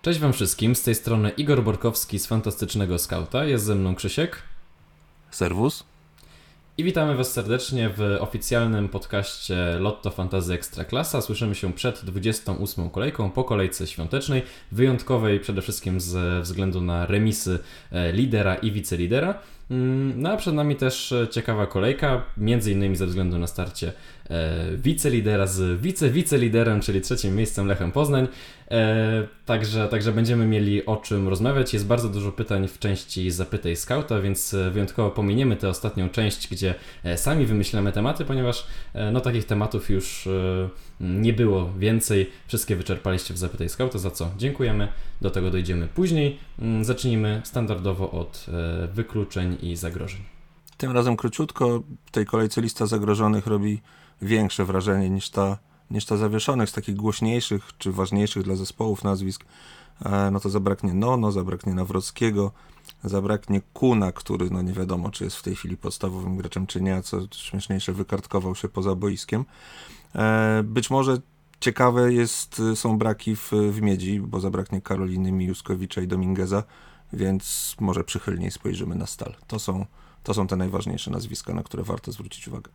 Cześć wam wszystkim, z tej strony Igor Borkowski z Fantastycznego Skauta, jest ze mną Krzysiek. Serwus. I witamy was serdecznie w oficjalnym podcaście Lotto Fantasy Ekstraklasa. Słyszymy się przed 28. kolejką, po kolejce świątecznej, wyjątkowej przede wszystkim ze względu na remisy lidera i wicelidera. No a przed nami też ciekawa kolejka, między innymi ze względu na starcie wicelidera z wiceliderem, czyli trzecim miejscem Lechem Poznań. Także będziemy mieli o czym rozmawiać. Jest bardzo dużo pytań w części Zapytaj Skauta, więc wyjątkowo pominiemy tę ostatnią część, gdzie sami wymyślamy tematy, ponieważ takich tematów już nie było więcej. Wszystkie wyczerpaliście w Zapytaj Skauta, za co dziękujemy. Do tego dojdziemy później. Zacznijmy standardowo od wykluczeń i zagrożeń. Tym razem króciutko. W tej kolejce lista zagrożonych robi większe wrażenie niż ta zawieszonych. Z takich głośniejszych czy ważniejszych dla zespołów nazwisk to zabraknie Nono, zabraknie Nawrockiego, zabraknie Kuna, który nie wiadomo, czy jest w tej chwili podstawowym graczem, czy nie, a co śmieszniejsze, wykartkował się poza boiskiem. Być może ciekawe są braki w Miedzi, bo zabraknie Karoliny, Mijuskowicza i Domingueza, więc może przychylniej spojrzymy na Stal. To są te najważniejsze nazwiska, na które warto zwrócić uwagę.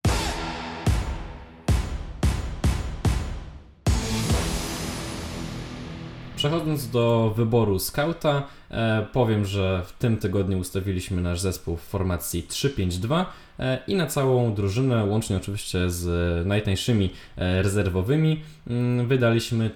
Przechodząc do wyboru skauta, powiem, że w tym tygodniu ustawiliśmy nasz zespół w formacji 3-5-2 i na całą drużynę, łącznie oczywiście z najtańszymi rezerwowymi, wydaliśmy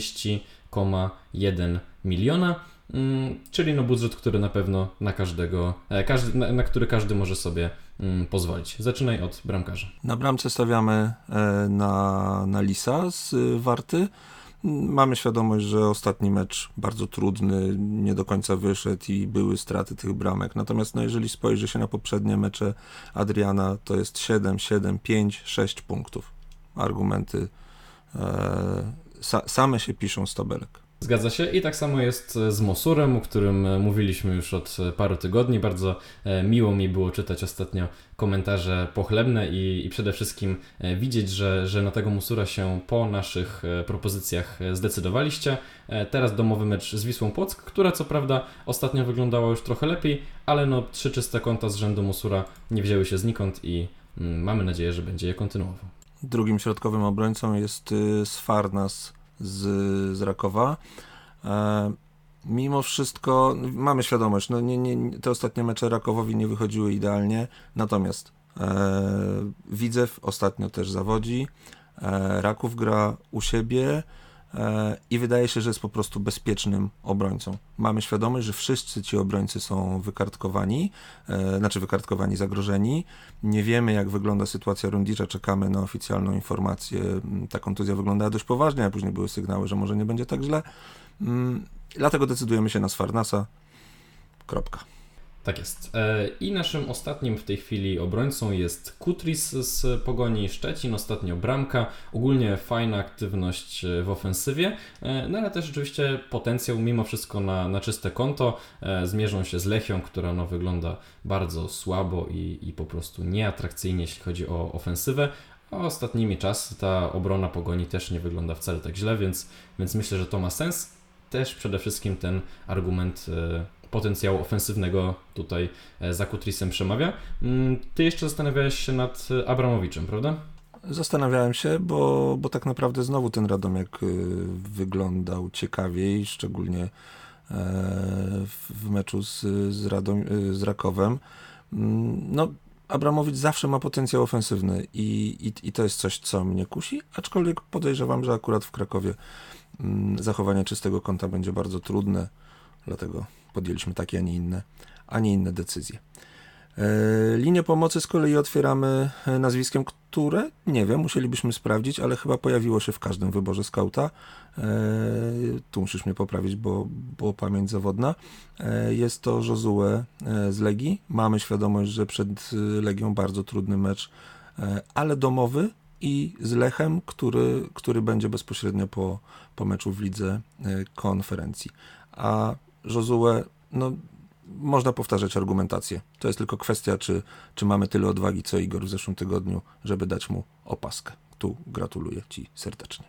30,1 miliona, czyli budżet, który na pewno na każdego, na który każdy może sobie pozwolić. Zaczynaj od bramkarza. Na bramce stawiamy na Lisa z Warty. Mamy świadomość, że ostatni mecz bardzo trudny, nie do końca wyszedł i były straty tych bramek. Natomiast jeżeli spojrzy się na poprzednie mecze Adriana, to jest 7, 7, 5, 6 punktów. Argumenty same się piszą z tabelek. Zgadza się i tak samo jest z Mosurem, o którym mówiliśmy już od paru tygodni. Bardzo miło mi było czytać ostatnio komentarze pochlebne i przede wszystkim widzieć, że na tego Mosura się po naszych propozycjach zdecydowaliście. Teraz domowy mecz z Wisłą Płock, która co prawda ostatnio wyglądała już trochę lepiej, ale 3 czyste konta z rzędu Mosura nie wzięły się znikąd i mamy nadzieję, że będzie je kontynuował. Drugim środkowym obrońcą jest Sfarnas z Rakowa. Mimo wszystko mamy świadomość, te ostatnie mecze Rakowowi nie wychodziły idealnie, natomiast Widzew ostatnio też zawodzi, Raków gra u siebie i wydaje się, że jest po prostu bezpiecznym obrońcą. Mamy świadomość, że wszyscy ci obrońcy są wykartkowani, zagrożeni. Nie wiemy, jak wygląda sytuacja Rundicza, czekamy na oficjalną informację. Ta kontuzja wyglądała dość poważnie, a później były sygnały, że może nie będzie tak źle. Dlatego decydujemy się na Sfarnasa. Kropka. Tak jest. I naszym ostatnim w tej chwili obrońcą jest Kutris z Pogoni Szczecin, ostatnio bramka, ogólnie fajna aktywność w ofensywie, ale też oczywiście potencjał mimo wszystko na czyste konto. Zmierzą się z Lechią, która wygląda bardzo słabo i po prostu nieatrakcyjnie, jeśli chodzi o ofensywę. A ostatnimi czasy ta obrona Pogoni też nie wygląda wcale tak źle, więc myślę, że to ma sens. Też przede wszystkim ten argument potencjału ofensywnego tutaj za Kutrisem przemawia. Ty jeszcze zastanawiałeś się nad Abramowiczem, prawda? Zastanawiałem się, bo tak naprawdę znowu ten Radomiak wyglądał ciekawiej, szczególnie w meczu z Rakowem. Abramowicz zawsze ma potencjał ofensywny i to jest coś, co mnie kusi, aczkolwiek podejrzewam, że akurat w Krakowie zachowanie czystego konta będzie bardzo trudne, dlatego podjęliśmy takie, a nie inne decyzje. Linię pomocy z kolei otwieramy nazwiskiem, które, nie wiem, musielibyśmy sprawdzić, ale chyba pojawiło się w każdym wyborze skauta. Tu musisz mnie poprawić, bo pamięć zawodna. Jest to Josue z Legii. Mamy świadomość, że przed Legią bardzo trudny mecz, ale domowy i z Lechem, który będzie bezpośrednio po meczu w lidze konferencji. A Josue, można powtarzać argumentację. To jest tylko kwestia, czy mamy tyle odwagi, co Igor w zeszłym tygodniu, żeby dać mu opaskę. Tu gratuluję Ci serdecznie.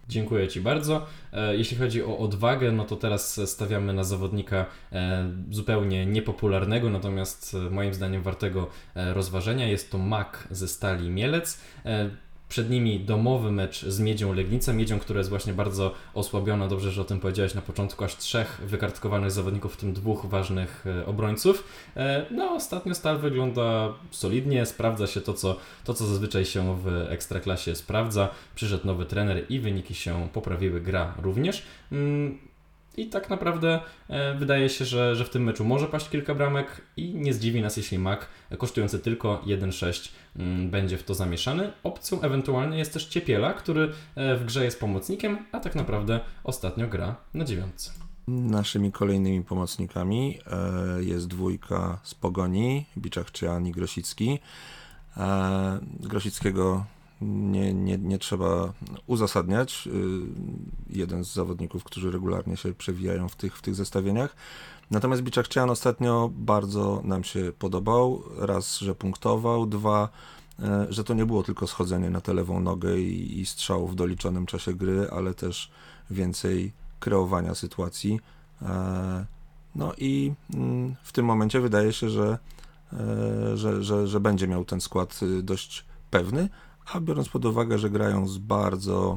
Dziękuję Ci bardzo. Jeśli chodzi o odwagę, no to teraz stawiamy na zawodnika zupełnie niepopularnego, natomiast moim zdaniem wartego rozważenia. Jest to Mak ze Stali Mielec. Przed nimi domowy mecz z Miedzią Legnica. Miedzią, która jest właśnie bardzo osłabiona. Dobrze, że o tym powiedziałeś na początku. Aż 3 wykartkowanych zawodników, w tym 2 ważnych obrońców. No, ostatnio Stal wygląda solidnie. Sprawdza się to, co zazwyczaj się w Ekstraklasie sprawdza. Przyszedł nowy trener i wyniki się poprawiły. Gra również. I tak naprawdę wydaje się, że w tym meczu może paść kilka bramek i nie zdziwi nas, jeśli Mak, kosztujący tylko 1,6, będzie w to zamieszany. Opcją ewentualnie jest też Ciepiela, który w grze jest pomocnikiem, a tak naprawdę ostatnio gra na 9. Naszymi kolejnymi pomocnikami jest 2 z Pogoni, Biczachcian i Grosicki. Grosickiego nie trzeba uzasadniać. Jeden z zawodników, którzy regularnie się przewijają w tych zestawieniach. Natomiast Biczachcian ostatnio bardzo nam się podobał. Raz, że punktował, 2, że to nie było tylko schodzenie na tę lewą nogę i strzał w doliczonym czasie gry, ale też więcej kreowania sytuacji. No i w tym momencie wydaje się, że będzie miał ten skład dość pewny, a biorąc pod uwagę, że grają z bardzo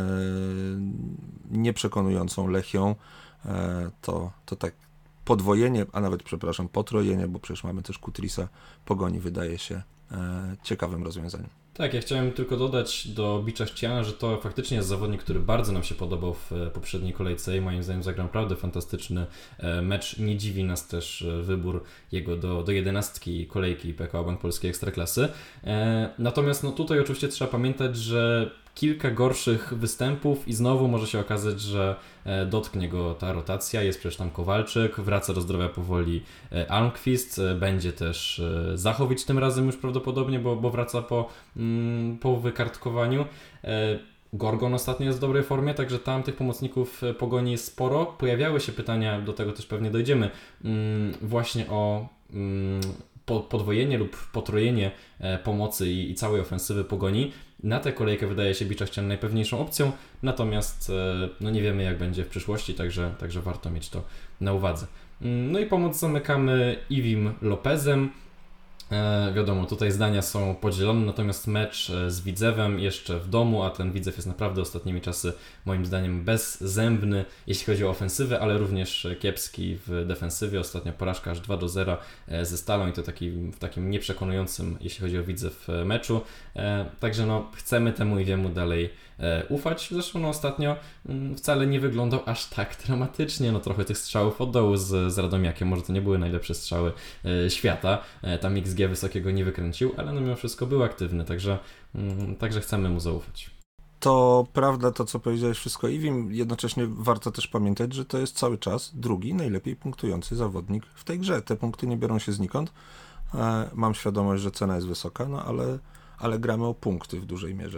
nieprzekonującą Lechią, to tak podwojenie, a nawet potrojenie, bo przecież mamy też Kutrisa Pogoni, wydaje się ciekawym rozwiązaniem. Tak, ja chciałem tylko dodać do Biczachciana, że to faktycznie jest zawodnik, który bardzo nam się podobał w poprzedniej kolejce i moim zdaniem zagrał naprawdę fantastyczny mecz. Nie dziwi nas też wybór jego do 11 kolejki PKO Bank Polskiej Ekstraklasy. Natomiast no tutaj oczywiście trzeba pamiętać, że kilka gorszych występów i znowu może się okazać, że dotknie go ta rotacja. Jest przecież tam Kowalczyk, wraca do zdrowia powoli Almqvist, będzie też Zachowicz tym razem już prawdopodobnie, bo wraca po wykartkowaniu. Gorgon ostatnio jest w dobrej formie, także tam tych pomocników Pogoni jest sporo. Pojawiały się pytania, do tego też pewnie dojdziemy, właśnie o podwojenie lub potrojenie pomocy i całej ofensywy Pogoni. Na tę kolejkę wydaje się Biczachcian najpewniejszą opcją, natomiast no nie wiemy, jak będzie w przyszłości, także warto mieć to na uwadze. No i pomoc zamykamy Iwim Lopezem. Wiadomo, tutaj zdania są podzielone, natomiast mecz z Widzewem jeszcze w domu, a ten Widzew jest naprawdę ostatnimi czasy moim zdaniem bezzębny, jeśli chodzi o ofensywę, ale również kiepski w defensywie. Ostatnia porażka aż 2-0 ze Stalą i to w takim nieprzekonującym, jeśli chodzi o Widzew, meczu. Także no, chcemy temu Iwiemu dalej ufać. Zresztą no, ostatnio wcale nie wyglądał aż tak dramatycznie. No, trochę tych strzałów od dołu z Radomiakiem. Może to nie były najlepsze strzały świata. Tam XG wysokiego nie wykręcił, ale no mimo wszystko był aktywny. Także chcemy mu zaufać. To prawda to, co powiedziałeś wszystko Iwim. Jednocześnie warto też pamiętać, że to jest cały czas drugi najlepiej punktujący zawodnik w tej grze. Te punkty nie biorą się znikąd. Mam świadomość, że cena jest wysoka, no ale gramy o punkty w dużej mierze,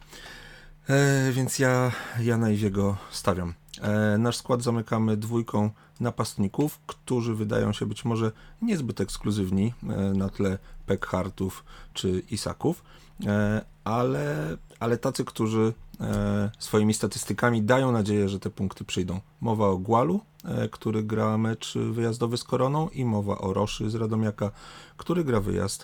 więc ja na Iwiego stawiam. Nasz skład zamykamy 2 napastników, którzy wydają się być może niezbyt ekskluzywni na tle Pekhartów czy Isaków, ale tacy, którzy swoimi statystykami dają nadzieję, że te punkty przyjdą. Mowa o Głalu, który gra mecz wyjazdowy z Koroną, i mowa o Roszy z Radomiaka, który gra wyjazd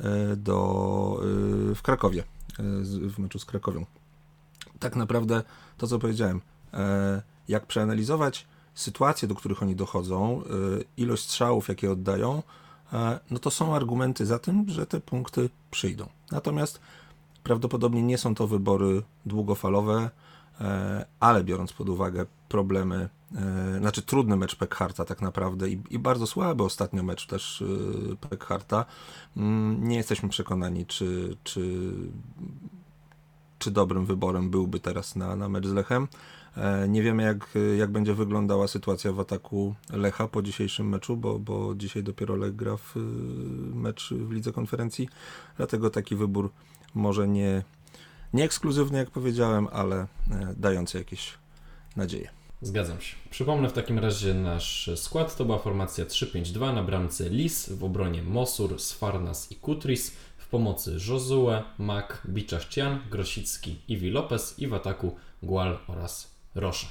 w Krakowie, w meczu z Krakowią. Tak naprawdę to, co powiedziałem, jak przeanalizować sytuacje, do których oni dochodzą, ilość strzałów, jakie oddają, no to są argumenty za tym, że te punkty przyjdą. Natomiast prawdopodobnie nie są to wybory długofalowe, ale biorąc pod uwagę problemy, trudny mecz Pekharta tak naprawdę i bardzo słaby ostatnio mecz też Pekharta, nie jesteśmy przekonani, czy dobrym wyborem byłby teraz na mecz z Lechem. Nie wiemy, jak będzie wyglądała sytuacja w ataku Lecha po dzisiejszym meczu, bo dzisiaj dopiero Lech gra w mecz w Lidze Konferencji, dlatego taki wybór może nie ekskluzywny, jak powiedziałem, ale dający jakieś nadzieje. Zgadzam się. Przypomnę w takim razie nasz skład. To była formacja 3-5-2, na bramce Lis, w obronie Mosur, Sfarnas i Kutris, w pomocy Josue, Mak, Biczachcian, Grosicki, Iwi Lopez i w ataku Gual oraz Rocha.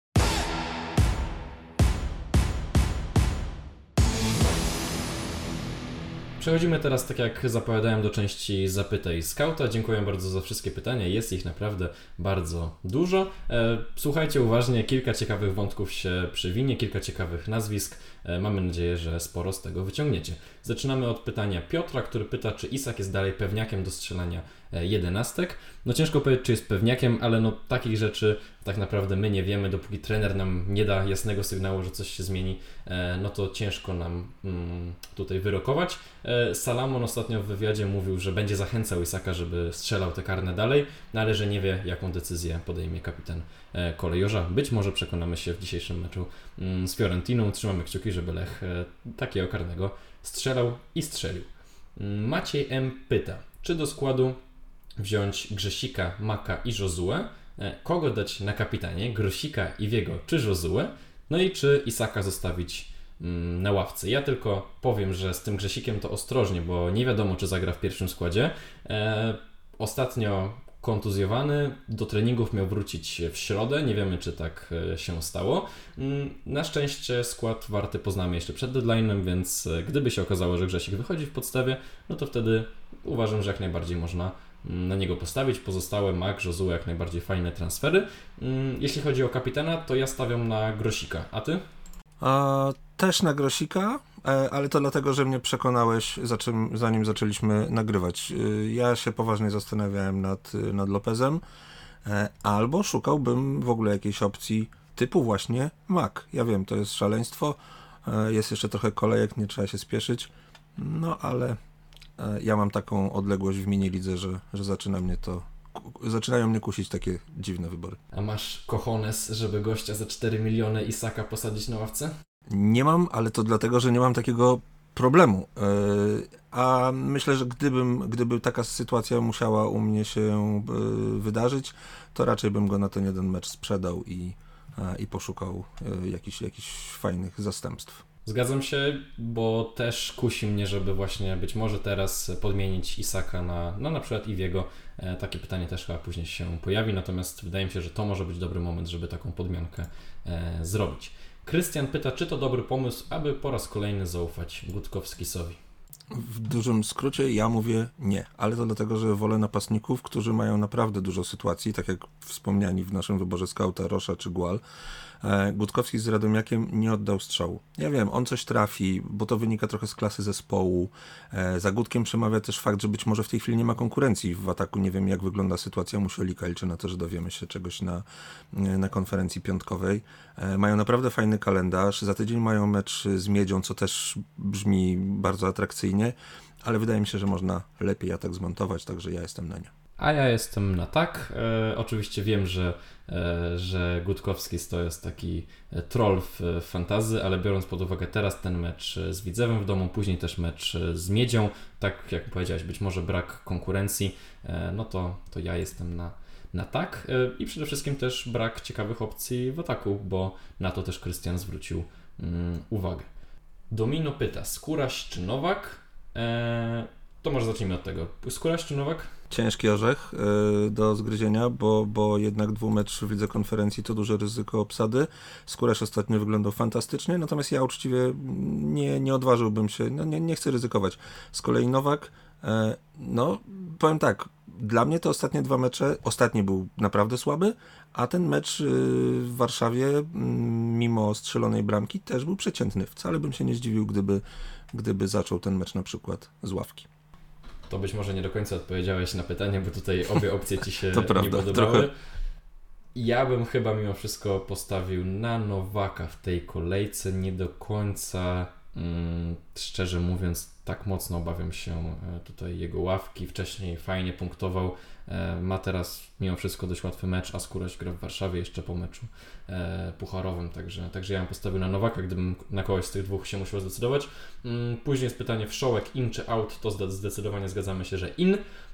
Przechodzimy teraz, tak jak zapowiadałem, do części Zapytaj Skauta. Dziękuję bardzo za wszystkie pytania, jest ich naprawdę bardzo dużo. Słuchajcie uważnie, kilka ciekawych wątków się przywinie, kilka ciekawych nazwisk. Mamy nadzieję, że sporo z tego wyciągniecie. Zaczynamy od pytania Piotra, który pyta, czy Isak jest dalej pewniakiem do strzelania jedenastek. No ciężko powiedzieć, czy jest pewniakiem, ale no takich rzeczy tak naprawdę my nie wiemy, dopóki trener nam nie da jasnego sygnału, że coś się zmieni, no to ciężko nam tutaj wyrokować. Salamon ostatnio w wywiadzie mówił, że będzie zachęcał Isaka, żeby strzelał te karne dalej, no ale że nie wie, jaką decyzję podejmie kapitan kolejorza. Być może przekonamy się w dzisiejszym meczu z Fiorentiną. Trzymamy kciuki, żeby Lech takiego karnego strzelał i strzelił. Maciej M. pyta, czy do składu wziąć Grzesika, Maka i Josué? Kogo dać na kapitanie? Grosika, Iwiego czy Josué? No i czy Isaka zostawić na ławce? Ja tylko powiem, że z tym Grzesikiem to ostrożnie, bo nie wiadomo, czy zagra w pierwszym składzie. Ostatnio kontuzjowany, do treningów miał wrócić w środę, nie wiemy, czy tak się stało. Na szczęście skład Warty poznamy jeszcze przed deadline'em, więc gdyby się okazało, że Grzesik wychodzi w podstawie, no to wtedy uważam, że jak najbardziej można na niego postawić. Pozostałe Mak, Josué jak najbardziej fajne transfery. Jeśli chodzi o kapitana, to ja stawiam na Grosika. A ty? Też na Grosika, ale to dlatego, że mnie przekonałeś, zanim zaczęliśmy nagrywać. Ja się poważnie zastanawiałem nad Lopezem, albo szukałbym w ogóle jakiejś opcji typu właśnie Mak. Ja wiem, to jest szaleństwo, jest jeszcze trochę kolejek, nie trzeba się spieszyć, no ale ja mam taką odległość w minilidze, że zaczynają mnie kusić takie dziwne wybory. A masz cojones, żeby gościa za 4 miliony Isaka posadzić na ławce? Nie mam, ale to dlatego, że nie mam takiego problemu. A myślę, że gdyby taka sytuacja musiała u mnie się wydarzyć, to raczej bym go na ten jeden mecz sprzedał i poszukał jakichś fajnych zastępstw. Zgadzam się, bo też kusi mnie, żeby właśnie być może teraz podmienić Isaka na przykład Iwiego. Takie pytanie też chyba później się pojawi, natomiast wydaje mi się, że to może być dobry moment, żeby taką podmiankę zrobić. Krystian pyta, czy to dobry pomysł, aby po raz kolejny zaufać Gutkowskisowi? W dużym skrócie ja mówię nie, ale to dlatego, że wolę napastników, którzy mają naprawdę dużo sytuacji, tak jak wspomniani w naszym wyborze skauta Rocha czy Gual. Gutkowski z Radomiakiem nie oddał strzału. Ja wiem, on coś trafi, bo to wynika trochę z klasy zespołu. Za Gutkiem przemawia też fakt, że być może w tej chwili nie ma konkurencji w ataku. Nie wiem, jak wygląda sytuacja Musielika, liczę na to, że dowiemy się czegoś na konferencji piątkowej. Mają naprawdę fajny kalendarz. Za tydzień mają mecz z Miedzią, co też brzmi bardzo atrakcyjnie, ale wydaje mi się, że można lepiej atak zmontować, także ja jestem na nie. A ja jestem na tak. Oczywiście wiem, że Gutkowski to jest taki troll w fantasy, ale biorąc pod uwagę teraz ten mecz z Widzewem w domu, później też mecz z Miedzią, tak jak powiedziałeś, być może brak konkurencji, no to ja jestem na tak. I przede wszystkim też brak ciekawych opcji w ataku, bo na to też Krystian zwrócił uwagę. Domino pyta, Skóraś czy Nowak? To może zacznijmy od tego. Skóraś czy Nowak? Ciężki orzech do zgryzienia, bo jednak dwumecz w lidze konferencji to duże ryzyko obsady. Skóraś ostatnio wyglądał fantastycznie, natomiast ja uczciwie nie odważyłbym się, nie chcę ryzykować. Z kolei Nowak, powiem tak, dla mnie te ostatnie dwa mecze, ostatni był naprawdę słaby, a ten mecz w Warszawie, mimo strzelonej bramki, też był przeciętny. Wcale bym się nie zdziwił, gdyby zaczął ten mecz na przykład z ławki. To być może nie do końca odpowiedziałeś na pytanie, bo tutaj obie opcje Ci się nie podobały. Trochę. Ja bym chyba mimo wszystko postawił na Nowaka w tej kolejce. Nie do końca, szczerze mówiąc, tak mocno obawiam się tutaj jego ławki. Wcześniej fajnie punktował. Ma teraz mimo wszystko dość łatwy mecz, a Skóraś gra w Warszawie jeszcze po meczu pucharowym, także ja bym postawił na Nowaka, gdybym na kogoś z tych dwóch się musiał zdecydować. Później jest pytanie Wszołek, in czy out, to zdecydowanie zgadzamy się, że in.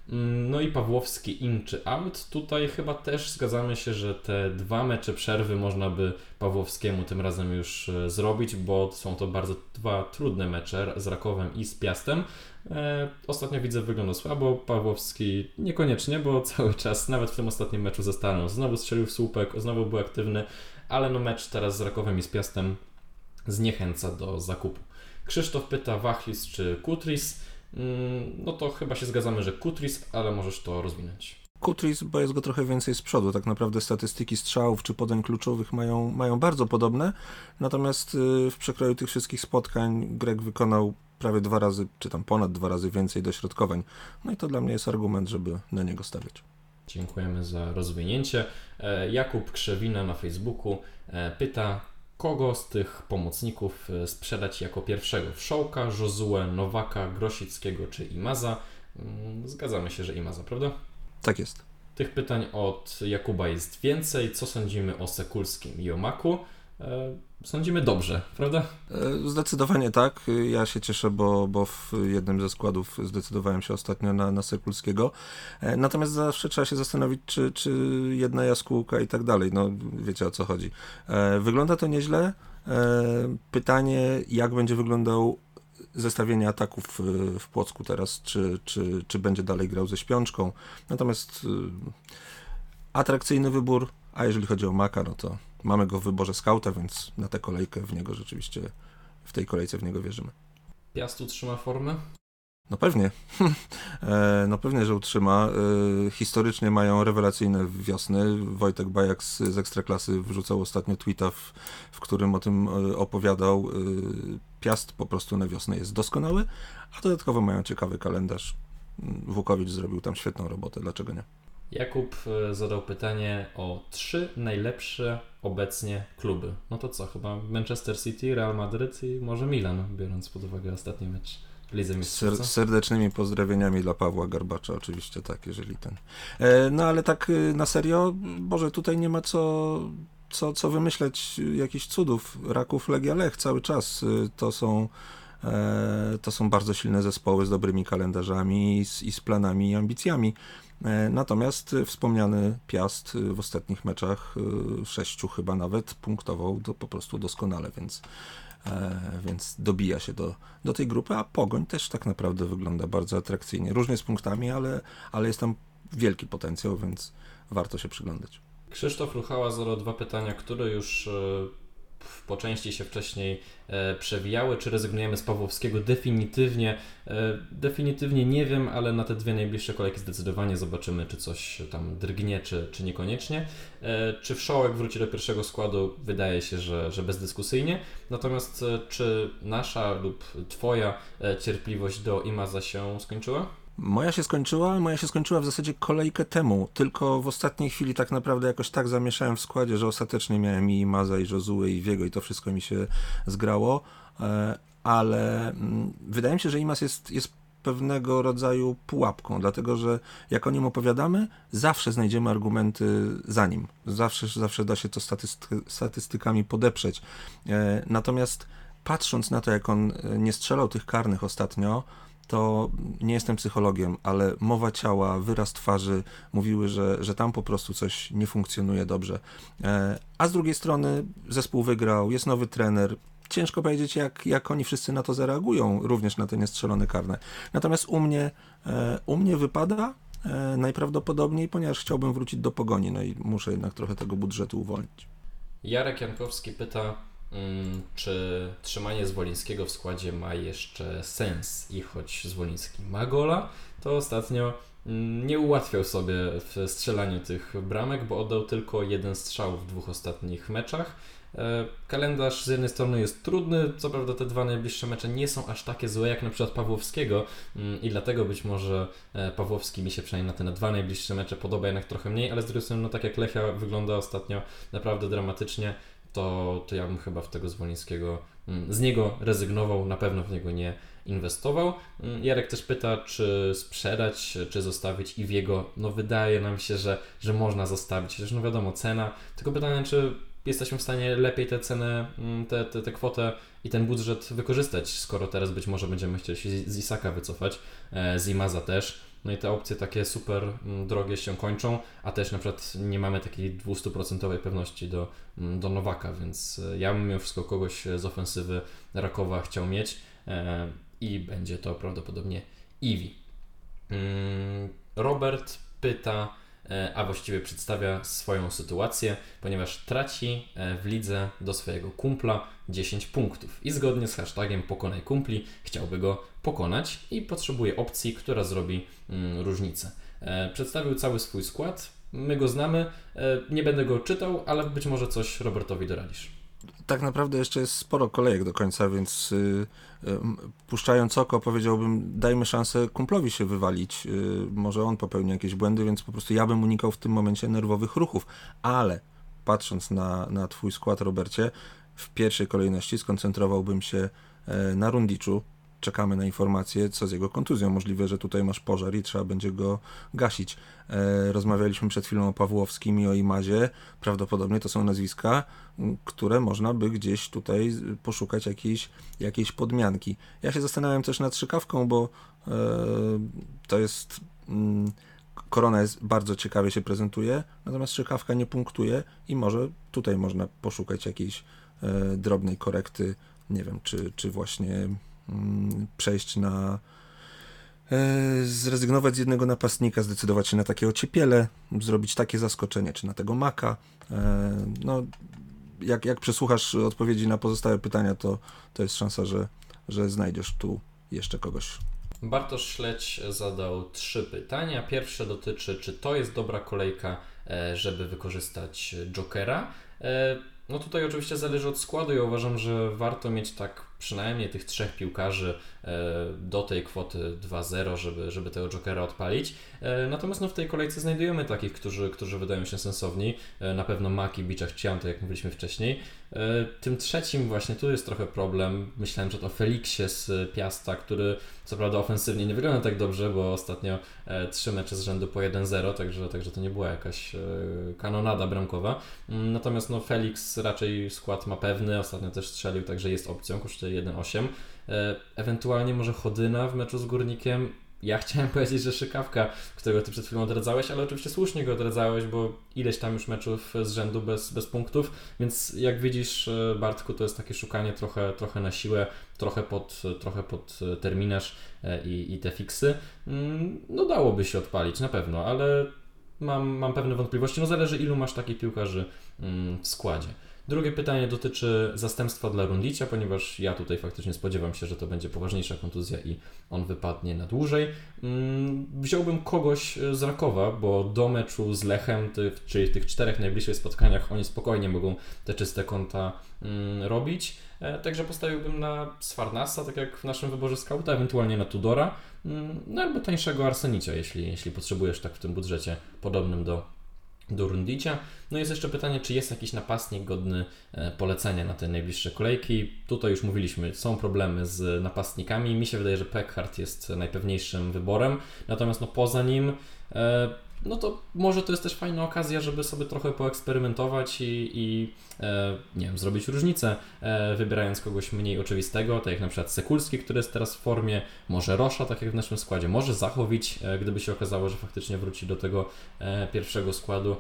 No i Pawłowski in czy out. Tutaj chyba też zgadzamy się, że te 2 mecze przerwy można by Pawłowskiemu tym razem już zrobić, bo są to bardzo 2 trudne mecze z Rakowem i z Piastem. Ostatnio widzę, wygląda słabo. Pawłowski niekoniecznie, bo cały czas, nawet w tym ostatnim meczu ze Stalą, znowu strzelił w słupek, znowu był aktywny, ale no mecz teraz z Rakowem i z Piastem zniechęca do zakupu. Krzysztof pyta Wachlis czy Kutris. No to chyba się zgadzamy, że Kutris, ale możesz to rozwinąć. Kutris, bo jest go trochę więcej z przodu. Tak naprawdę statystyki strzałów czy podań kluczowych mają bardzo podobne, natomiast w przekroju tych wszystkich spotkań Grek wykonał prawie 2 razy, czy tam ponad 2 razy więcej dośrodkowań. No i to dla mnie jest argument, żeby na niego stawiać. Dziękujemy za rozwinięcie. Jakub Krzewina na Facebooku pyta, kogo z tych pomocników sprzedać jako pierwszego? Wszołka, Josue, Nowaka, Grosickiego czy Imaza? Zgadzamy się, że Imaza, prawda? Tak jest. Tych pytań od Jakuba jest więcej. Co sądzimy o Sekulskim i o Maku? Sądzimy dobrze, prawda? Zdecydowanie tak. Ja się cieszę, bo w jednym ze składów zdecydowałem się ostatnio na Sekulskiego. Natomiast zawsze trzeba się zastanowić, czy jedna jaskółka i tak dalej. No wiecie, o co chodzi. Wygląda to nieźle. Pytanie, jak będzie wyglądał zestawienie ataków w Płocku teraz, czy będzie dalej grał ze Śpiączką. Natomiast atrakcyjny wybór, a jeżeli chodzi o Maka, no to mamy go w wyborze skauta, więc na tę kolejkę w niego rzeczywiście, w tej kolejce w niego wierzymy. Piast utrzyma formę? No pewnie. No pewnie, że utrzyma. Historycznie mają rewelacyjne wiosny. Wojtek Bajak z Ekstraklasy wrzucał ostatnio tweeta, w którym o tym opowiadał. Piast po prostu na wiosnę jest doskonały, a dodatkowo mają ciekawy kalendarz. Włókowicz zrobił tam świetną robotę, dlaczego nie? Jakub zadał pytanie o 3 najlepsze obecnie kluby. No to co, chyba Manchester City, Real Madryt i może Milan, biorąc pod uwagę ostatni mecz w Lidze Mistrzów. Z serdecznymi pozdrowieniami dla Pawła Garbacza, oczywiście, tak, jeżeli ten. No ale tak na serio, Boże, tutaj nie ma co wymyśleć jakichś cudów. Raków, Legia, Lech cały czas to są bardzo silne zespoły z dobrymi kalendarzami i z planami i ambicjami. Natomiast wspomniany Piast w ostatnich meczach, 6 chyba nawet, punktował po prostu doskonale, więc dobija się do tej grupy, a Pogoń też tak naprawdę wygląda bardzo atrakcyjnie. Różnie z punktami, ale jest tam wielki potencjał, więc warto się przyglądać. Krzysztof Ruchała zadał 2 pytania, które już po części się wcześniej przewijały. Czy rezygnujemy z Pawłowskiego definitywnie? Definitywnie nie wiem, ale na te 2 najbliższe kolejki zdecydowanie zobaczymy, czy coś tam drgnie, czy niekoniecznie. Czy Wszołek wróci do pierwszego składu? Wydaje się, że bezdyskusyjnie. Natomiast czy nasza lub Twoja cierpliwość do Imaza się skończyła? Moja się skończyła w zasadzie kolejkę temu, tylko w ostatniej chwili tak naprawdę jakoś tak zamieszałem w składzie, że ostatecznie miałem i Imaza, i Josue, i Wiego, i to wszystko mi się zgrało, ale wydaje mi się, że Imaz jest pewnego rodzaju pułapką, dlatego że jak o nim opowiadamy, zawsze znajdziemy argumenty za nim, zawsze da się to statystykami podeprzeć, natomiast patrząc na to, jak on nie strzelał tych karnych ostatnio, to nie jestem psychologiem, ale mowa ciała, wyraz twarzy mówiły, że tam po prostu coś nie funkcjonuje dobrze. A z drugiej strony zespół wygrał, jest nowy trener. Ciężko powiedzieć, jak oni wszyscy na to zareagują, również na te niestrzelone karne. Natomiast u mnie wypada najprawdopodobniej, ponieważ chciałbym wrócić do Pogoni, no i muszę jednak trochę tego budżetu uwolnić. Jarek Jankowski pyta, czy trzymanie Zwolińskiego w składzie ma jeszcze sens i choć Zwoliński ma gola, to ostatnio nie ułatwiał sobie w strzelaniu tych bramek, bo oddał tylko 1 strzał w 2 ostatnich meczach. Kalendarz z jednej strony jest trudny, co prawda te 2 najbliższe mecze nie są aż takie złe jak na przykład Pawłowskiego i dlatego być może Pawłowski mi się przynajmniej na te 2 najbliższe mecze podoba jednak trochę mniej, ale z drugiej strony, no tak jak Lechia wygląda ostatnio naprawdę dramatycznie, to ja bym chyba w tego Zwolińskiego z niego rezygnował, na pewno w niego nie inwestował. Jarek też pyta, czy sprzedać, czy zostawić Iwiego. No wydaje nam się, że można zostawić, chociaż no wiadomo, cena. Tylko pytanie, czy jesteśmy w stanie lepiej tę cenę, tę kwotę i ten budżet wykorzystać, skoro teraz być może będziemy chcieli się z Isaka wycofać, z Imaza też. no i te opcje takie super drogie się kończą, a też na przykład nie mamy takiej 200% pewności do Nowaka, więc ja bym mimo wszystko kogoś z ofensywy Rakowa chciał mieć i będzie to prawdopodobnie Iwi. Robert pyta, a właściwie przedstawia swoją sytuację, ponieważ traci w lidze do swojego kumpla 10 punktów i zgodnie z hashtagiem pokonaj kumpli chciałby go pokonać i potrzebuje opcji, która zrobi różnicę. Przedstawił cały swój skład, my go znamy, nie będę go czytał, ale być może coś Robertowi doradzisz. Tak naprawdę jeszcze jest sporo kolejek do końca, więc puszczając oko powiedziałbym, dajmy szansę kumplowi się wywalić. Może on popełni jakieś błędy, więc po prostu ja bym unikał w tym momencie nerwowych ruchów. Ale patrząc na twój skład, Robercie, w pierwszej kolejności skoncentrowałbym się na Rundiczu. Czekamy na informacje, co z jego kontuzją. Możliwe, że tutaj masz pożar i trzeba będzie go gasić. Rozmawialiśmy przed chwilą o Pawłowskim i o Imazie. Prawdopodobnie to są nazwiska, które można by gdzieś tutaj poszukać jakiejś podmianki. Ja się zastanawiam też nad Strzykawką, bo to jest... Korona bardzo ciekawie się prezentuje, natomiast Strzykawka nie punktuje i może tutaj można poszukać jakiejś drobnej korekty. Nie wiem, czy właśnie przejść na zrezygnować z jednego napastnika, zdecydować się na takie ociepiele, zrobić takie zaskoczenie, czy na tego Maka. No, jak przesłuchasz odpowiedzi na pozostałe pytania, to jest szansa, że znajdziesz tu jeszcze kogoś. Bartosz Śledź zadał 3 pytania. Pierwsze dotyczy, czy to jest dobra kolejka, żeby wykorzystać Jokera. No tutaj oczywiście zależy od składu. Ja uważam, że warto mieć tak przynajmniej tych 3 piłkarzy do tej kwoty 2-0, żeby tego Jokera odpalić. Natomiast no, w tej kolejce znajdujemy takich, którzy wydają się sensowni. Na pewno Maki, Biczach, Cian, tak jak mówiliśmy wcześniej. Tym trzecim właśnie tu jest trochę problem. Myślałem, że to o Feliksie z Piasta, który co prawda ofensywnie nie wygląda tak dobrze, bo ostatnio 3 mecze z rzędu po 1-0, także to nie była jakaś kanonada bramkowa. Natomiast no Felix raczej skład ma pewny, ostatnio też strzelił, także jest opcją, kosztuje 1,8. Ewentualnie może Chodyna w meczu z Górnikiem. Ja chciałem powiedzieć, że Strzykawka, którego ty przed chwilą odradzałeś, ale oczywiście słusznie go odradzałeś, bo ileś tam już meczów z rzędu bez punktów, więc jak widzisz, Bartku, to jest takie szukanie trochę na siłę, trochę pod terminarz i te fiksy. No dałoby się odpalić na pewno, ale mam pewne wątpliwości. No zależy, ilu masz takich piłkarzy w składzie. Drugie pytanie dotyczy zastępstwa dla Rundicia, ponieważ ja tutaj faktycznie spodziewam się, że to będzie poważniejsza kontuzja i on wypadnie na dłużej. Wziąłbym kogoś z Rakowa, bo do meczu z Lechem, czyli w tych 4 najbliższych spotkaniach, oni spokojnie mogą te czyste konta robić. Także postawiłbym na Sfarnasa, tak jak w naszym wyborze skauta, ewentualnie na Tudora, no albo tańszego Arsenicia, jeśli potrzebujesz tak w tym budżecie podobnym do Rundicia. No jest jeszcze pytanie, czy jest jakiś napastnik godny polecenia na te najbliższe kolejki. Tutaj już mówiliśmy, są problemy z napastnikami. Mi się wydaje, że Peckhardt jest najpewniejszym wyborem, natomiast no poza nim no to może to jest też fajna okazja, żeby sobie trochę poeksperymentować i nie wiem, zrobić różnicę, wybierając kogoś mniej oczywistego, tak jak na przykład Sekulski, który jest teraz w formie, może Rosza, tak jak w naszym składzie, może Zachowicz, gdyby się okazało, że faktycznie wróci do tego pierwszego składu.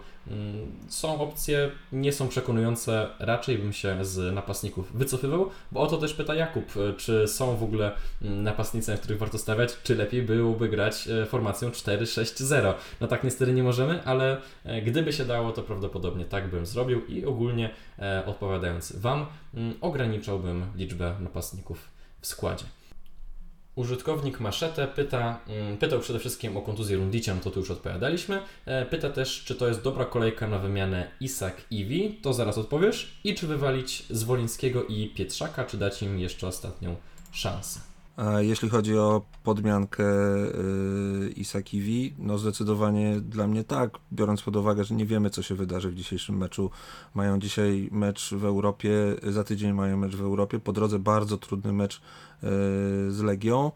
Są opcje, nie są przekonujące, raczej bym się z napastników wycofywał, bo o to też pyta Jakub, czy są w ogóle napastnicy, na których warto stawiać, czy lepiej byłoby grać formacją 4-6-0. No tak niestety nie możemy, ale gdyby się dało, to prawdopodobnie tak bym zrobił i ogólnie odpowiadając Wam, ograniczałbym liczbę napastników w składzie. Użytkownik Maszete pytał przede wszystkim o kontuzję Rundicia, no to tu już odpowiadaliśmy. Pyta też, czy to jest dobra kolejka na wymianę Isak-Iwi, to zaraz odpowiesz. I czy wywalić Zwolińskiego i Pietrzaka, czy dać im jeszcze ostatnią szansę. A jeśli chodzi o podmiankę Isak-Iwi, no zdecydowanie dla mnie tak, biorąc pod uwagę, że nie wiemy, co się wydarzy w dzisiejszym meczu. Mają dzisiaj mecz w Europie, za tydzień mają mecz w Europie, po drodze bardzo trudny mecz z Legią,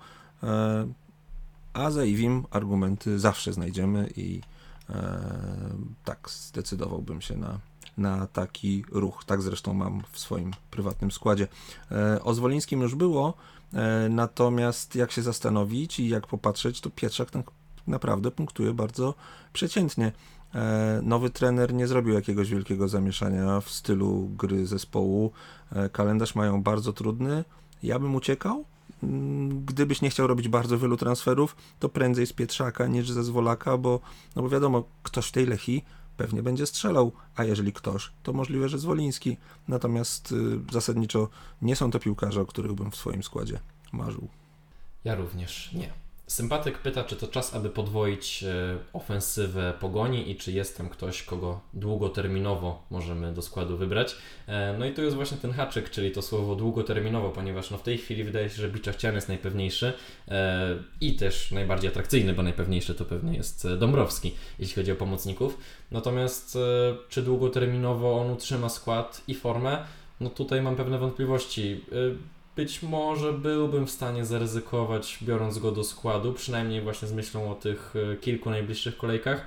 a za Iwim argumenty zawsze znajdziemy i tak zdecydowałbym się na taki ruch. Tak zresztą mam w swoim prywatnym składzie. O Zwolińskim już było, natomiast jak się zastanowić i jak popatrzeć, to Pietrzak naprawdę punktuje bardzo przeciętnie. Nowy trener nie zrobił jakiegoś wielkiego zamieszania w stylu gry zespołu. Kalendarz mają bardzo trudny. Ja bym uciekał. Gdybyś nie chciał robić bardzo wielu transferów, to prędzej z Pietrzaka niż ze Zwolaka, bo wiadomo, ktoś w tej Lechii pewnie będzie strzelał, a jeżeli ktoś, to możliwe, że Zwoliński. Natomiast zasadniczo nie są to piłkarze, o których bym w swoim składzie marzył. Ja również nie. Sympatyk pyta, czy to czas, aby podwoić ofensywę Pogoni i czy jest tam ktoś, kogo długoterminowo możemy do składu wybrać. No i tu jest właśnie ten haczyk, czyli to słowo długoterminowo, ponieważ w tej chwili wydaje się, że Biczachcian jest najpewniejszy i też najbardziej atrakcyjny, bo najpewniejszy to pewnie jest Dąbrowski, jeśli chodzi o pomocników. Natomiast czy długoterminowo on utrzyma skład i formę? No tutaj mam pewne wątpliwości. Być może byłbym w stanie zaryzykować, biorąc go do składu, przynajmniej właśnie z myślą o tych kilku najbliższych kolejkach,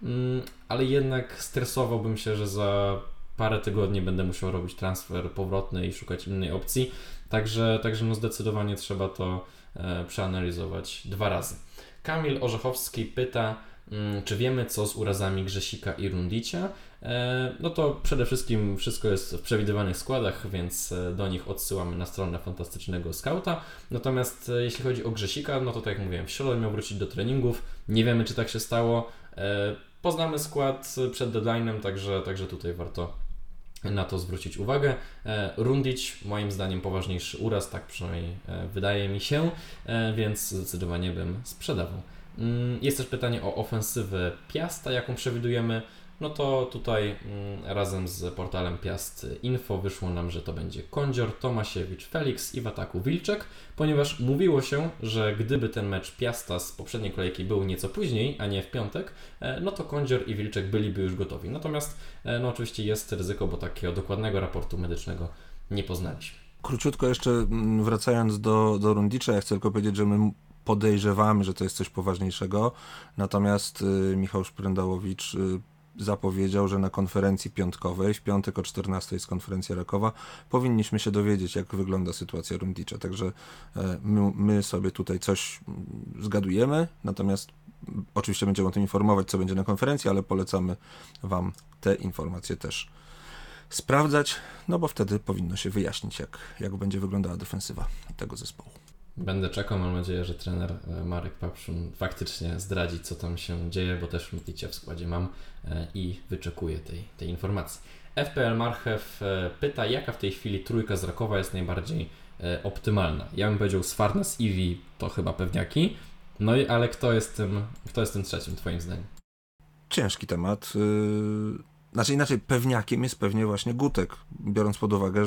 ale jednak stresowałbym się, że za parę tygodni będę musiał robić transfer powrotny i szukać innej opcji, także no zdecydowanie trzeba to przeanalizować 2 razy. Kamil Orzechowski pyta, czy wiemy co z urazami Grzesika i Rundicia? No to przede wszystkim wszystko jest w przewidywanych składach, więc do nich odsyłamy na stronę Fantastycznego Skauta. Natomiast jeśli chodzi o Grzesika, no to tak jak mówiłem, w środę miał wrócić do treningów. Nie wiemy, czy tak się stało. Poznamy skład przed deadline'em, także tutaj warto na to zwrócić uwagę. Rundić moim zdaniem poważniejszy uraz, tak przynajmniej wydaje mi się, więc zdecydowanie bym sprzedawał. Jest też pytanie o ofensywę Piasta, jaką przewidujemy. No to tutaj razem z portalem Piast Info wyszło nam, że to będzie Kądzior, Tomasiewicz, Felix i w ataku Wilczek, ponieważ mówiło się, że gdyby ten mecz Piasta z poprzedniej kolejki był nieco później, a nie w piątek, no to Kądzior i Wilczek byliby już gotowi. Natomiast no oczywiście jest ryzyko, bo takiego dokładnego raportu medycznego nie poznaliśmy. Króciutko jeszcze wracając do Rundicza, ja chcę tylko powiedzieć, że my podejrzewamy, że to jest coś poważniejszego, natomiast Michał Szprędałowicz zapowiedział, że na konferencji piątkowej, w piątek o 14:00 jest konferencja rakowa, powinniśmy się dowiedzieć, jak wygląda sytuacja Rundicza. Także my sobie tutaj coś zgadujemy, natomiast oczywiście będziemy o tym informować, co będzie na konferencji, ale polecamy Wam te informacje też sprawdzać, no bo wtedy powinno się wyjaśnić, jak będzie wyglądała defensywa tego zespołu. Będę czekał, mam nadzieję, że trener Marek Papszun faktycznie zdradzi, co tam się dzieje, bo też Rundicia w składzie mam i wyczekuję tej informacji. FPL Marchew pyta, jaka w tej chwili trójka z Rakowa jest najbardziej optymalna. Ja bym powiedział Sfarnes, Iwi to chyba pewniaki, no i ale kto jest tym trzecim, twoim zdaniem? Ciężki temat. Znaczy inaczej, pewniakiem jest pewnie właśnie Gutek, biorąc pod uwagę,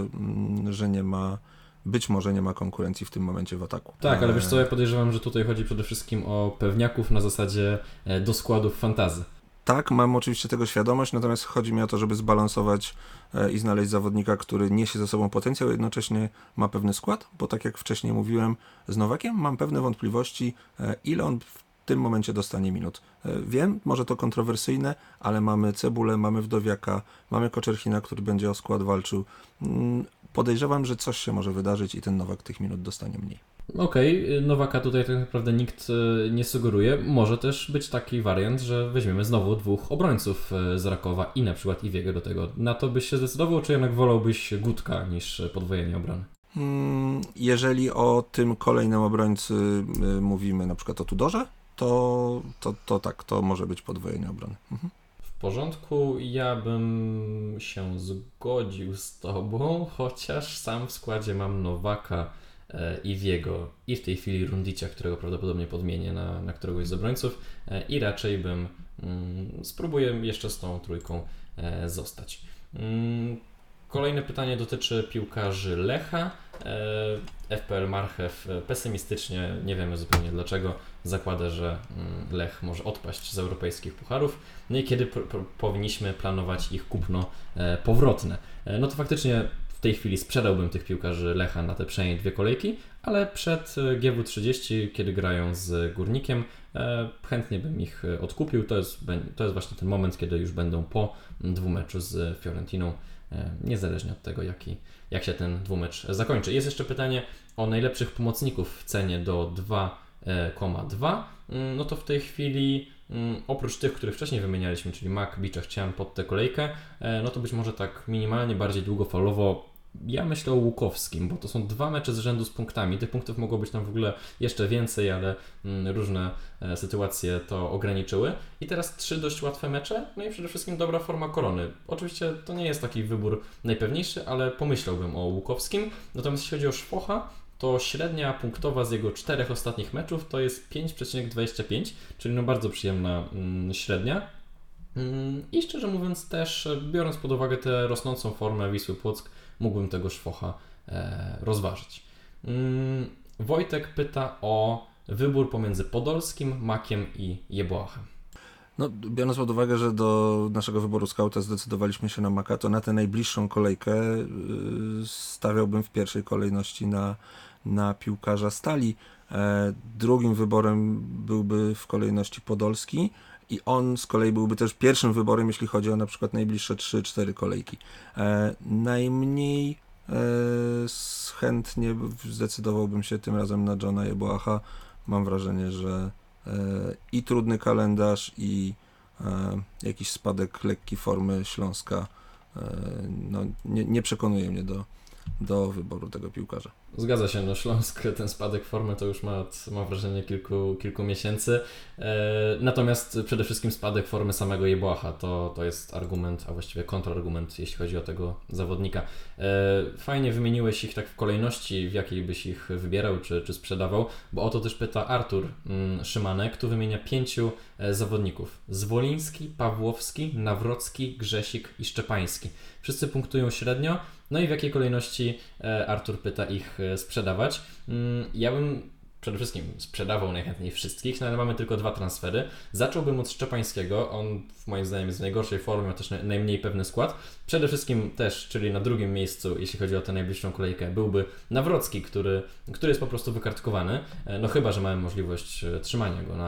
że nie ma, być może nie ma konkurencji w tym momencie w ataku. Tak, ale wiesz co, ja podejrzewam, że tutaj chodzi przede wszystkim o pewniaków na zasadzie do składów fantasy. Tak, mam oczywiście tego świadomość, natomiast chodzi mi o to, żeby zbalansować i znaleźć zawodnika, który niesie ze sobą potencjał, jednocześnie ma pewny skład, bo tak jak wcześniej mówiłem z Nowakiem, mam pewne wątpliwości, ile on w tym momencie dostanie minut. Wiem, może to kontrowersyjne, ale mamy Cebulę, mamy Wdowiaka, mamy Koczerchina, który będzie o skład walczył. Podejrzewam, że coś się może wydarzyć i ten Nowak tych minut dostanie mniej. Okej, Nowaka tutaj tak naprawdę nikt nie sugeruje. Może też być taki wariant, że weźmiemy znowu 2 obrońców z Rakowa i na przykład Iwiego do tego. Na to byś się zdecydował, czy jednak wolałbyś Gutka niż podwojenie obrony? Jeżeli o tym kolejnym obrońcy mówimy na przykład o Tudorze, to tak, to może być podwojenie obrony. W porządku, ja bym się zgodził z Tobą, chociaż sam w składzie mam Nowaka, Iwiego i w tej chwili Rundicia, którego prawdopodobnie podmienię na któregoś z obrońców i raczej bym spróbuję jeszcze z tą trójką zostać. Kolejne pytanie dotyczy piłkarzy Lecha. FPL Marchew pesymistycznie, nie wiemy zupełnie dlaczego, zakłada, że Lech może odpaść z europejskich pucharów. No i kiedy powinniśmy planować ich kupno powrotne? No to faktycznie w tej chwili sprzedałbym tych piłkarzy Lecha na te przynajmniej 2 kolejki, ale przed GW30, kiedy grają z Górnikiem, chętnie bym ich odkupił. To jest właśnie ten moment, kiedy już będą po 2 meczu z Fiorentiną, niezależnie od tego, jak się ten 2-mecz zakończy. Jest jeszcze pytanie o najlepszych pomocników w cenie do 2, no to w tej chwili oprócz tych, których wcześniej wymienialiśmy, czyli Mak, Bicza, chciałem pod tę kolejkę, no to być może tak minimalnie bardziej długofalowo ja myślę o Łukowskim, bo to są 2 mecze z rzędu z punktami. Tych punktów mogło być tam w ogóle jeszcze więcej, ale różne sytuacje to ograniczyły. I teraz 3 dość łatwe mecze, no i przede wszystkim dobra forma Korony. Oczywiście to nie jest taki wybór najpewniejszy, ale pomyślałbym o Łukowskim. Natomiast jeśli chodzi o Szwocha, to średnia punktowa z jego 4 ostatnich meczów to jest 5,25, czyli no bardzo przyjemna średnia. I szczerze mówiąc też, biorąc pod uwagę tę rosnącą formę Wisły Płock, mógłbym tego Szwocha rozważyć. Wojtek pyta o wybór pomiędzy Podolskim, Makiem i Jeboachem. No, biorąc pod uwagę, że do naszego wyboru skauta zdecydowaliśmy się na Maka, to na tę najbliższą kolejkę stawiałbym w pierwszej kolejności na piłkarza Stali. Drugim wyborem byłby w kolejności Podolski i on z kolei byłby też pierwszym wyborem, jeśli chodzi o na przykład najbliższe 3-4 kolejki. Najmniej chętnie zdecydowałbym się tym razem na Johna Jeboacha. Mam wrażenie, że i trudny kalendarz, i jakiś spadek lekki formy Śląska no, nie przekonuje mnie do wyboru tego piłkarza. Zgadza się, no Śląsk ten spadek formy to już ma mam wrażenie kilku miesięcy, natomiast przede wszystkim spadek formy samego Jeboacha to jest argument, a właściwie kontrargument, jeśli chodzi o tego zawodnika. Fajnie wymieniłeś ich tak w kolejności, w jakiej byś ich wybierał czy sprzedawał, bo o to też pyta Artur Szymanek, tu wymienia 5 zawodników: Zwoliński, Pawłowski, Nawrocki, Grzesik i Szczepański. Wszyscy punktują średnio, no i w jakiej kolejności Artur pyta ich sprzedawać. Ja bym przede wszystkim sprzedawał najchętniej wszystkich, no ale mamy tylko 2 transfery. Zacząłbym od Szczepańskiego, on moim zdaniem jest w najgorszej formie, ma też najmniej pewny skład. Przede wszystkim też, czyli na drugim miejscu, jeśli chodzi o tę najbliższą kolejkę, byłby Nawrocki, który jest po prostu wykartkowany, no chyba że mamy możliwość trzymania go,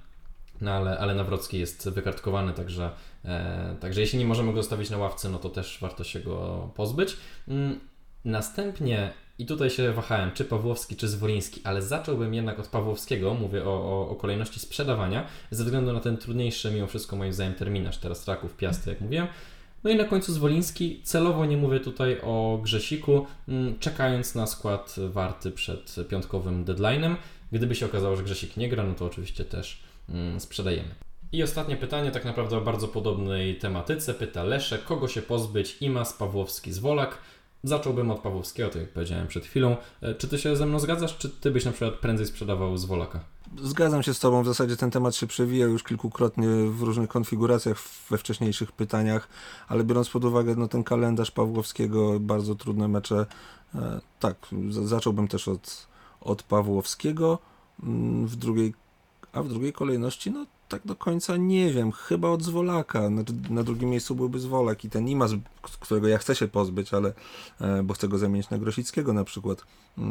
ale Nawrocki jest wykartkowany, także jeśli nie możemy go zostawić na ławce, no to też warto się go pozbyć. Następnie, i tutaj się wahałem, czy Pawłowski, czy Zwoliński, ale zacząłbym jednak od Pawłowskiego, mówię o kolejności sprzedawania, ze względu na ten trudniejszy mimo wszystko moim zdaniem terminarz, teraz Raków, Piasty, jak mówiłem. No i na końcu Zwoliński, celowo nie mówię tutaj o Grzesiku, czekając na skład Warty przed piątkowym deadline'em. Gdyby się okazało, że Grzesik nie gra, no to oczywiście też sprzedajemy. I ostatnie pytanie, tak naprawdę o bardzo podobnej tematyce, pyta Leszek, kogo się pozbyć, Imas, Pawłowski, Zwolak? Zacząłbym od Pawłowskiego, tak jak powiedziałem przed chwilą. Czy ty się ze mną zgadzasz, czy ty byś na przykład prędzej sprzedawał Zwolaka? Zgadzam się z tobą, w zasadzie ten temat się przewija już kilkukrotnie w różnych konfiguracjach we wcześniejszych pytaniach, ale biorąc pod uwagę no, ten kalendarz Pawłowskiego, bardzo trudne mecze, tak, zacząłbym też od Pawłowskiego, w drugiej kolejności, no tak do końca nie wiem, chyba od Zwolaka. Na drugim miejscu byłby Zwolak i ten Imas, którego ja chcę się pozbyć, ale bo chcę go zamienić na Grosickiego na przykład,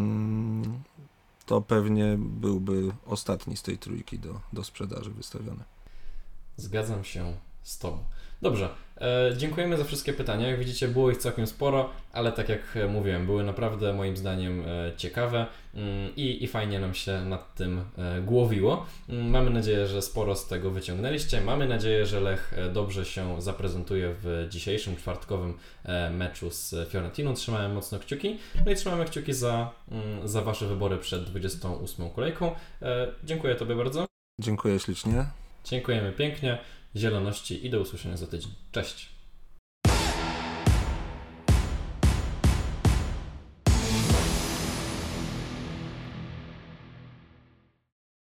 to pewnie byłby ostatni z tej trójki do sprzedaży wystawiony. Zgadzam się z tobą. Dobrze, dziękujemy za wszystkie pytania. Jak widzicie, było ich całkiem sporo, ale tak jak mówiłem, były naprawdę moim zdaniem ciekawe i fajnie nam się nad tym głowiło. Mamy nadzieję, że sporo z tego wyciągnęliście. Mamy nadzieję, że Lech dobrze się zaprezentuje w dzisiejszym czwartkowym meczu z Fiorentiną. Trzymamy mocno kciuki. No i trzymamy kciuki za Wasze wybory przed 28. kolejką. Dziękuję Tobie bardzo. Dziękuję ślicznie. Dziękujemy pięknie. Zieloności i do usłyszenia za tydzień. Cześć!